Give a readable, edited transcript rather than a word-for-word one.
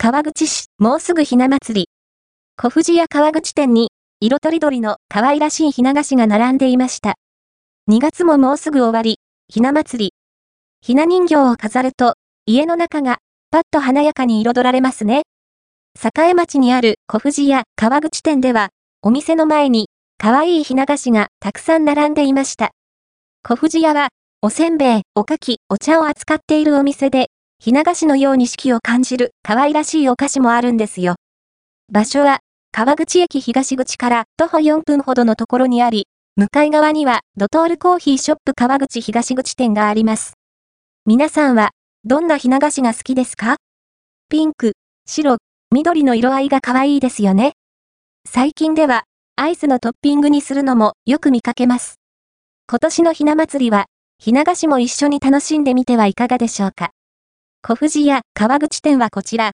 川口市、もうすぐひな祭り。小藤屋川口店に、色とりどりの可愛らしいひな菓子が並んでいました。2月ももうすぐ終わり、ひな祭り。ひな人形を飾ると、家の中が、パッと華やかに彩られますね。栄町にある小藤屋川口店では、お店の前に、可愛いひな菓子がたくさん並んでいました。小藤屋は、おせんべい、おかき、お茶を扱っているお店で、ひな菓子のように四季を感じる可愛らしいお菓子もあるんですよ。場所は、川口駅東口から徒歩4分ほどのところにあり、向かい側にはドトールコーヒーショップ川口東口店があります。皆さんは、どんなひな菓子が好きですか？ピンク、白、緑の色合いが可愛いですよね。最近では、アイスのトッピングにするのもよく見かけます。今年のひな祭りは、ひな菓子も一緒に楽しんでみてはいかがでしょうか。小藤屋川口店はこちら、